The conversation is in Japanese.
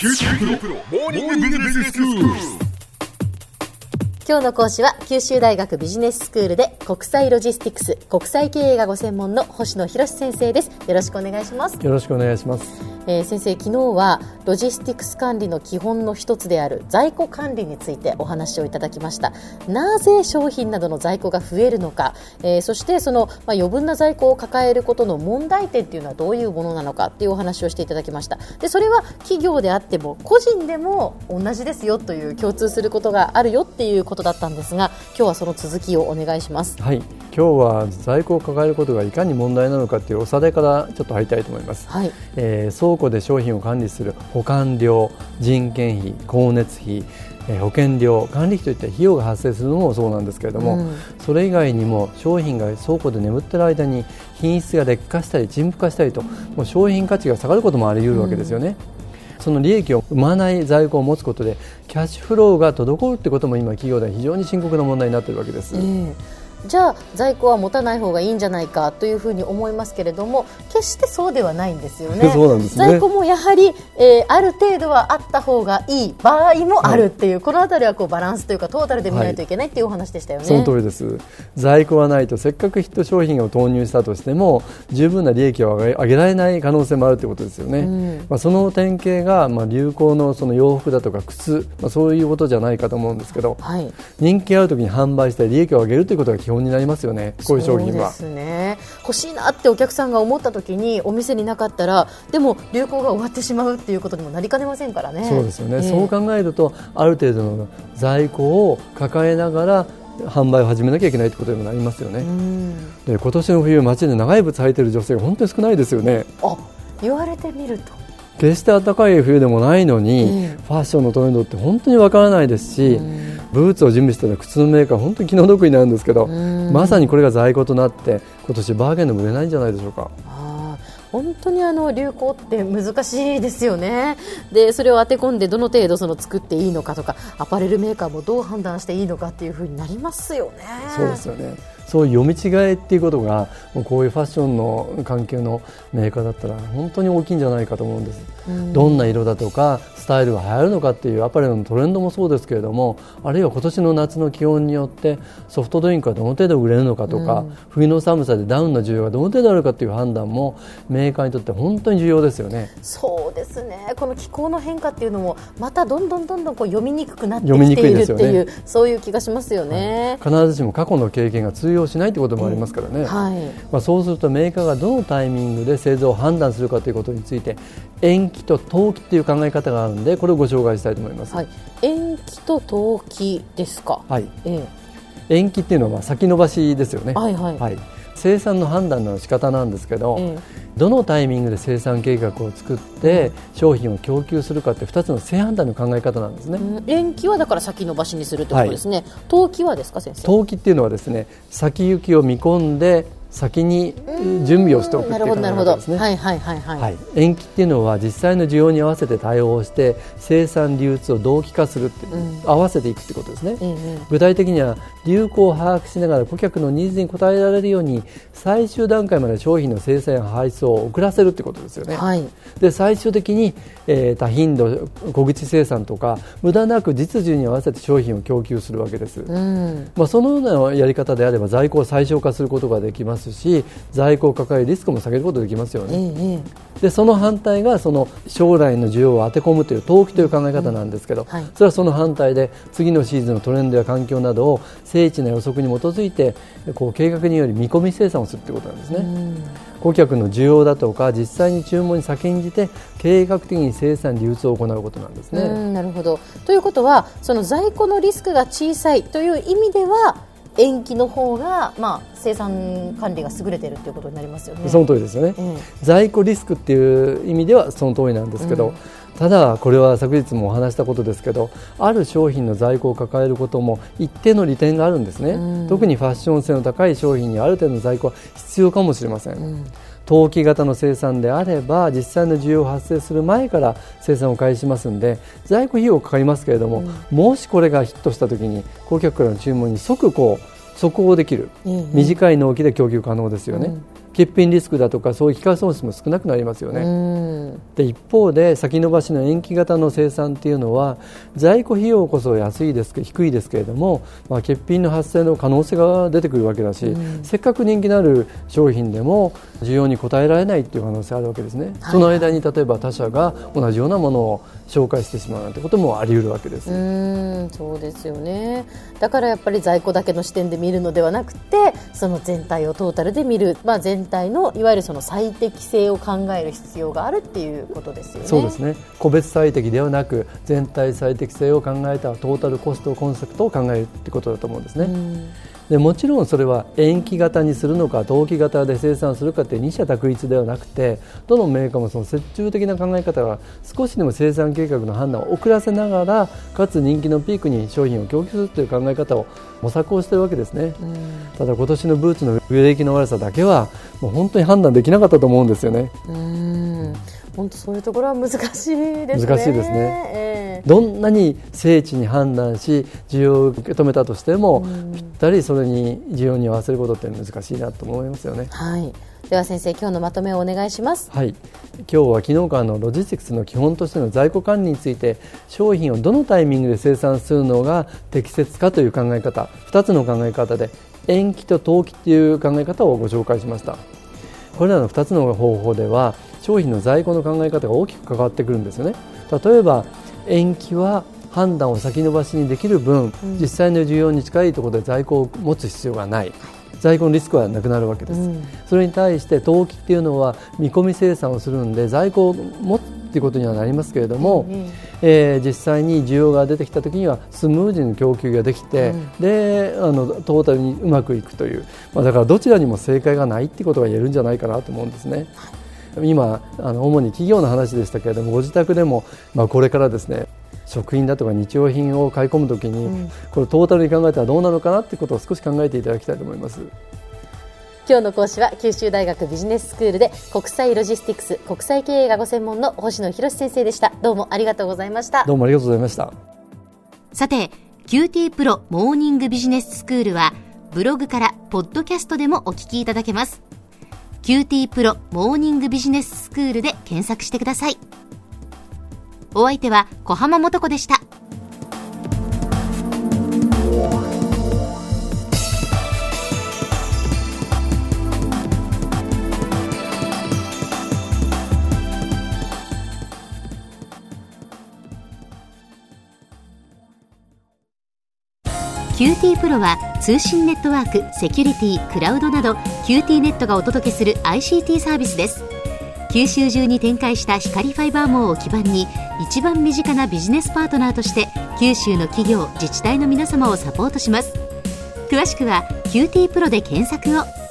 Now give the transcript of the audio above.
九州大学モーニングビジネススクール。 今日の講師は九州大学ビジネススクールで国際ロジスティクス国際経営がご専門の星野博先生です。よろしくお願いします。 よろしくお願いします。 先生、昨日はロジスティクス管理の基本の一つである在庫管理についてお話をいただきました。なぜ商品などの在庫が増えるのか、そしてその、余分な在庫を抱えることの問題点というのはどういうものなのかというお話をしていただきました。でそれは企業であっても個人でも同じですよという共通することがあるよっていうことだったんですが、今日はその続きをお願いします。 はい、今日は在庫を抱えることがいかに問題なのかというおさらいからちょっと入りたいと思います。 はい、 倉庫で商品を管理する保管料、人件費、光熱費、保険料、管理費といった費用が発生するのもそうなんですけれども、それ以外にも商品が倉庫で眠っている間に品質が劣化したり陳腐化したりと、もう商品価値が下がることもあり得るわけですよね。その利益を生まない在庫を持つことでキャッシュフローが滞るということも今企業では非常に深刻な問題になっているわけです。 じゃあ在庫は持たない方がいいんじゃないかというふうに思いますけれども、決してそうではないんですよね。 そうなんですね。 在庫もやはり、ある程度はあった方がいい場合もあるっていう、このあたりはバランスというかトータルで見ないといけないっていうお話でしたよね。 その通りです。在庫がないとせっかくヒット商品を投入したとしても十分な利益を上げられない可能性もあるということですよね。その典型が、流行のその洋服だとか靴、そういうことじゃないかと思うんですけど、人気があるときに販売して利益を上げるということが基本になりますよね。こういう商品はそうですね。欲しいなってお客さんが思ったときにお店になかったら、でも流行が終わってしまうっていうことにもなりかねませんからね。 そうですよね。そう考えるとある程度の在庫を抱えながら販売を始めなきゃいけないということにもなりますよね。で今年の冬街で長いブツ履いている女性が本当に少ないですよね。 言われてみると決して暖かい冬でもないのに、ファッションのトレンドって本当にわからないですし、ブーツを準備している靴のメーカー本当に気の毒になるんですけど、まさにこれが在庫となって今年バーゲンでも売れないんじゃないでしょうか。 本当に流行って難しいですよね。でそれを当て込んでどの程度作っていいのかとか、アパレルメーカーもどう判断していいのかっていうふうになりますよね。 そうですよね。そういう読み違えっていうことがこういうファッションの関係のメーカーだったら本当に大きいんじゃないかと思うんです。どんな色だとかスタイルが流行るのかっていうアパレルのトレンドもそうですけれども、あるいは今年の夏の気温によってソフトドリンクがどの程度売れるのかとか、冬の寒さでダウンの需要がどの程度あるかという判断もメーカーにとって本当に重要ですよね。 そうですね。この気候の変化っていうのもまたどんどん読みにくくなってきているっていう、そういう気がしますよね。 必ずしも過去の経験が通用しないということもありますからね。そうするとメーカーがどのタイミングで製造を判断するかということについて延期と投機という考え方があるので、これをご紹介したいと思います。 延期と投機ですか。 延期っていうのは先延ばしですよね。生産の判断の仕方なんですけど、どのタイミングで生産計画を作って商品を供給するかって2つの正判断の考え方なんですね。 延期はだから先延ばしにするということですね。投機はですか先生。 投機っていうのはですね、先行きを見込んで先に準備をしておくという考え方ですね。延期っていうのは実際の需要に合わせて対応して生産流通を同期化するって合わせていくということですね。具体的には流行を把握しながら顧客のニーズに応えられるように最終段階まで商品の生産や配送を遅らせるということですよね。で最終的に、多頻度小口生産とか無駄なく実需に合わせて商品を供給するわけです。そのようなやり方であれば在庫を最小化することができますし、在庫を抱えるリスクも下げることができますよね。でその反対がその将来の需要を当て込むという投機という考え方なんですけど、それはその反対で次のシーズンのトレンドや環境などを精緻な予測に基づいて計画により見込み生産をするということなんですね。顧客の需要だとか実際に注文に先んじて計画的に生産流通を行うことなんですね。 なるほど。ということはその在庫のリスクが小さいという意味では延期の方が、生産管理が優れているということになりますよね。 その通りですよね。在庫リスクっていう意味ではその通りなんですけど、ただこれは昨日もお話したことですけど、ある商品の在庫を抱えることも一定の利点があるんですね。特にファッション性の高い商品にある程度の在庫は必要かもしれません。投機型の生産であれば実際の需要発生する前から生産を開始しますので在庫費用かかりますけれども、もしこれがヒットしたときに顧客からの注文に即応できる、短い納期で供給可能ですよね。 欠品リスクだとかそういう機械損失も少なくなりますよね。で一方で先延ばしの延期型の生産っていうのは在庫費用こそ低いですけれども、欠品の発生の可能性が出てくるわけだし、せっかく人気のある商品でも需要に応えられないっていう可能性があるわけですね。その間に例えば他社が同じようなものを紹介してしまうなんてこともあり得るわけです。 そうですよね。だからやっぱり在庫だけの視点で見るのではなくて、その全体をトータルで見る、全体のいわゆるその最適性を考える必要があるっていうことですよね。 そうですね。個別最適ではなく全体最適性を考えたトータルコストコンセプトを考えるってことだと思うんですね。でもちろんそれは延期型にするのか冬季型で生産するかって二者択一ではなくて、どのメーカーもその折衷的な考え方が少しでも生産計画の判断を遅らせながら、かつ人気のピークに商品を供給するという考え方を模索をしているわけですね。ただ今年のブーツの売れ行きの悪さだけはもう本当に判断できなかったと思うんですよね。 本当そういうところは難しいですね。 難しいですね。どんなに精緻に判断し需要を受け止めたとしても、ぴったりそれに需要に合わせることって難しいなと思いますよね。 では先生、今日のまとめをお願いします。 今日は昨日からのロジスティクスの基本としての在庫管理について、商品をどのタイミングで生産するのが適切かという考え方、2つの考え方で延期と冬季という考え方をご紹介しました。これらの2つの方法では商品の在庫の考え方が大きく関わってくるんですよね。例えば延期は判断を先延ばしにできる分、実際の需要に近いところで在庫を持つ必要がない、在庫のリスクはなくなるわけです。それに対して冬季っていうのは見込み生産をするんで在庫を持つということにはなりますけれども、実際に需要が出てきた時にはスムーズに供給ができて、でトータルにうまくいくという、だからどちらにも正解がないってことが言えるんじゃないかなと思うんですね。今主に企業の話でしたけれども、ご自宅でも、これからですね、食品だとか日用品を買い込むときに、これトータルに考えたらどうなのかなということを少し考えていただきたいと思います。 今日の講師は九州大学ビジネススクールで国際ロジスティクス国際経営がご専門の星野博先生でした。どうもありがとうございました。 どうもありがとうございました。 さて QT プロモーニングビジネススクールはブログからポッドキャストでもお聞きいただけます。QT プロモーニングビジネススクールで検索してください。お相手は小浜もとこでした。QT プロは通信ネットワーク、セキュリティ、クラウドなど QT ネットがお届けする ICT サービスです。九州中に展開した光ファイバー網を基盤に一番身近なビジネスパートナーとして九州の企業、自治体の皆様をサポートします。詳しくは QT プロで検索を。